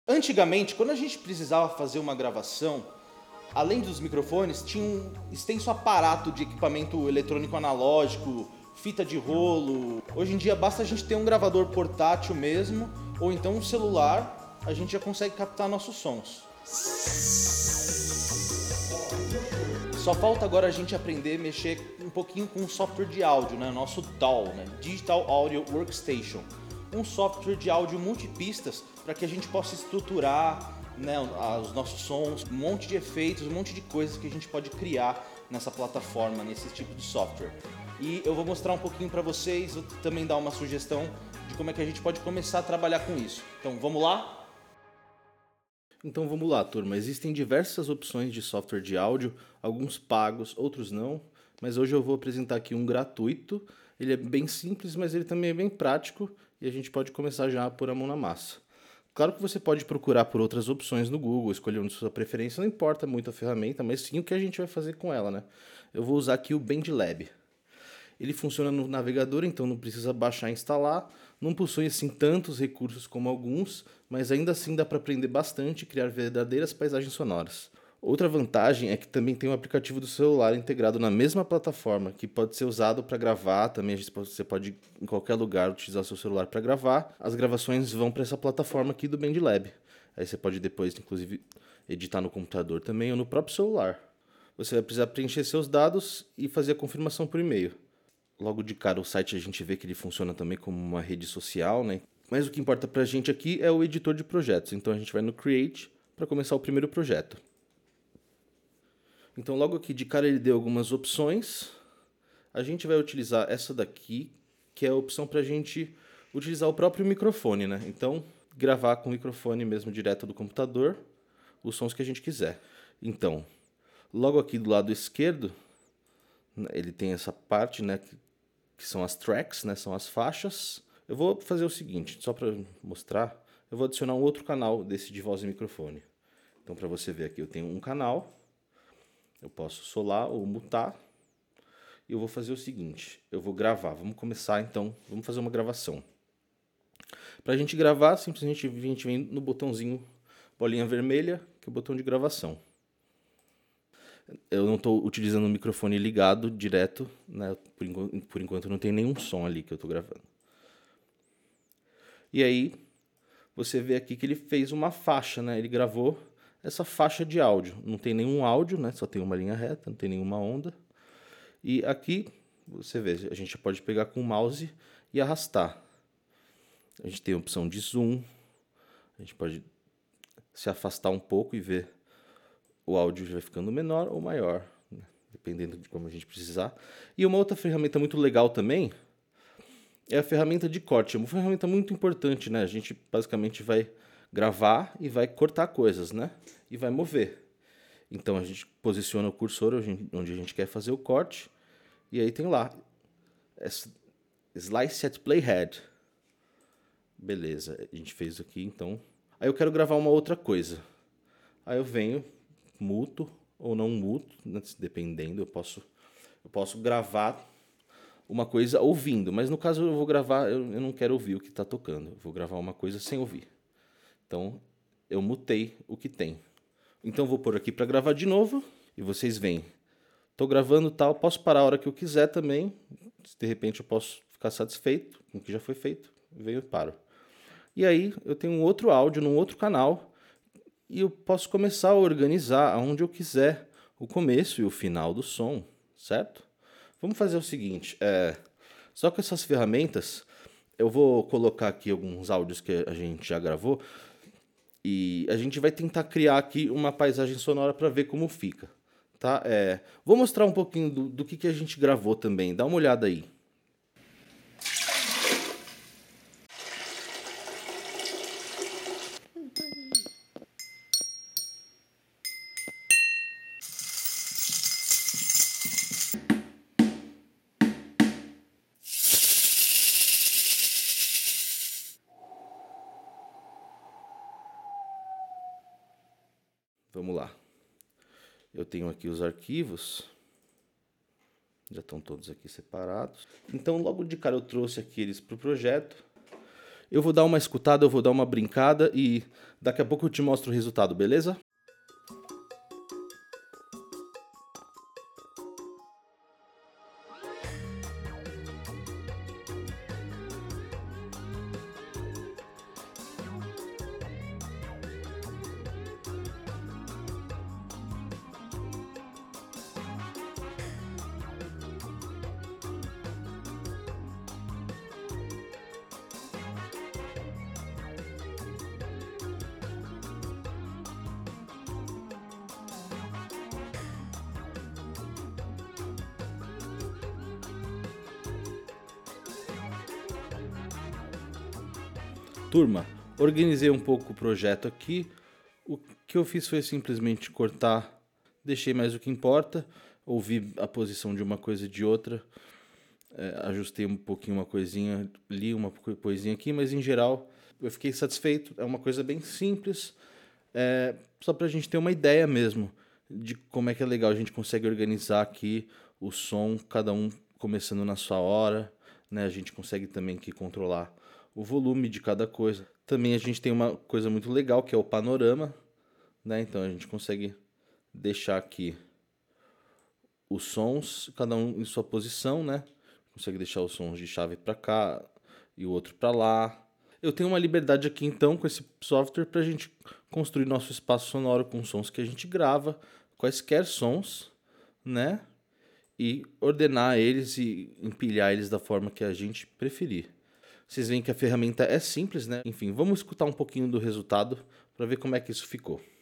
Antigamente, quando a gente precisava fazer uma gravação, além dos microfones, tinha um extenso aparato de equipamento eletrônico analógico, fita de rolo. Hoje em dia basta a gente ter um gravador portátil mesmo, ou então um celular, a gente já consegue captar nossos sons. Só falta agora a gente aprender a mexer um pouquinho com o software de áudio, né? Nosso DAW, né? Digital Audio Workstation. Um software de áudio multipistas para que a gente possa estruturar, né, os nossos sons, um monte de efeitos, um monte de coisas que a gente pode criar nessa plataforma, nesse tipo de software. E eu vou mostrar um pouquinho para vocês, vou também dar uma sugestão de como é que a gente pode começar a trabalhar com isso. Então vamos lá? Então vamos lá, turma. Existem diversas opções de software de áudio, alguns pagos, outros não, mas hoje eu vou apresentar aqui um gratuito. Ele é bem simples, mas ele também é bem prático e a gente pode começar já a pôr a mão na massa. Claro que você pode procurar por outras opções no Google, escolher uma sua preferência, não importa muito a ferramenta, mas sim o que a gente vai fazer com ela, né? Eu vou usar aqui o BandLab. Ele funciona no navegador, então não precisa baixar e instalar. Não possui assim tantos recursos como alguns, mas ainda assim dá para aprender bastante e criar verdadeiras paisagens sonoras. Outra vantagem é que também tem um aplicativo do celular integrado na mesma plataforma, que pode ser usado para gravar. Também você pode em qualquer lugar utilizar seu celular para gravar. As gravações vão para essa plataforma aqui do BandLab. Aí você pode depois, inclusive, editar no computador também ou no próprio celular. Você vai precisar preencher seus dados e fazer a confirmação por e-mail. Logo de cara o site a gente vê que ele funciona também como uma rede social, né? Mas o que importa pra gente aqui é o editor de projetos. Então a gente vai no Create para começar o primeiro projeto. Então logo aqui de cara ele deu algumas opções. A gente vai utilizar essa daqui, que é a opção pra gente utilizar o próprio microfone, né? Então gravar com o microfone mesmo direto do computador, os sons que a gente quiser. Então, logo aqui do lado esquerdo, ele tem essa parte, né, que são as tracks, né, são as faixas. Eu vou fazer o seguinte, só para mostrar, eu vou adicionar um outro canal desse de voz e microfone. Então, para você ver aqui, eu tenho um canal, eu posso solar ou mutar, e eu vou fazer o seguinte, eu vou gravar. Vamos começar então, vamos fazer uma gravação. Para a gente gravar, simplesmente a gente vem no botãozinho bolinha vermelha, que é o botão de gravação. Eu não estou utilizando o microfone ligado direto, né? Por enquanto não tem nenhum som ali que eu estou gravando. E aí você vê aqui que ele fez uma faixa, né? Ele gravou essa faixa de áudio. Não tem nenhum áudio, né? Só tem uma linha reta, não tem nenhuma onda. E aqui você vê, a gente pode pegar com o mouse e arrastar. A gente tem a opção de zoom. A gente pode se afastar um pouco e ver o áudio vai ficando menor ou maior, né? Dependendo de como a gente precisar. E uma outra ferramenta muito legal também é a ferramenta de corte. É uma ferramenta muito importante, né? A gente basicamente vai gravar e vai cortar coisas, né? E vai mover. Então a gente posiciona o cursor onde a gente quer fazer o corte. E aí tem lá, Slice at Playhead. Beleza, a gente fez aqui então. Aí eu quero gravar uma outra coisa. Aí eu venho, muto ou não muto, né? Dependendo, eu posso gravar uma coisa ouvindo, mas no caso eu vou gravar, eu não quero ouvir o que está tocando, eu vou gravar uma coisa sem ouvir. Então eu mutei o que tem. Então eu vou pôr aqui para gravar de novo e vocês veem. Estou gravando tal, posso parar a hora que eu quiser também. Se de repente eu posso ficar satisfeito com o que já foi feito, venho e paro. E aí eu tenho um outro áudio num outro canal e eu posso começar a organizar aonde eu quiser o começo e o final do som, certo? Vamos fazer o seguinte, só com essas ferramentas, eu vou colocar aqui alguns áudios que a gente já gravou e a gente vai tentar criar aqui uma paisagem sonora para ver como fica, tá? Vou mostrar um pouquinho do que a gente gravou também, dá uma olhada aí. Vamos lá. Eu tenho aqui os arquivos. Já estão todos aqui separados. Então, logo de cara eu trouxe aqui eles para o projeto. Eu vou dar uma escutada, eu vou dar uma brincada e daqui a pouco eu te mostro o resultado, beleza? Turma, organizei um pouco o projeto aqui. O que eu fiz foi simplesmente cortar, deixei mais o que importa, ouvi a posição de uma coisa e de outra, ajustei um pouquinho uma coisinha ali, uma coisinha aqui, mas em geral eu fiquei satisfeito. É uma coisa bem simples, só pra gente ter uma ideia mesmo de como é que é legal. A gente consegue organizar aqui o som, cada um começando na sua hora, né? A gente consegue também aqui controlar o volume de cada coisa. Também a gente tem uma coisa muito legal que é o panorama, né? Então a gente consegue deixar aqui os sons, cada um em sua posição, né? Consegue deixar os sons de chave para cá e o outro para lá. Eu tenho uma liberdade aqui então com esse software para a gente construir nosso espaço sonoro com sons que a gente grava, quaisquer sons, né? E ordenar eles e empilhar eles da forma que a gente preferir. Vocês veem que a ferramenta é simples, né? Enfim, vamos escutar um pouquinho do resultado para ver como é que isso ficou.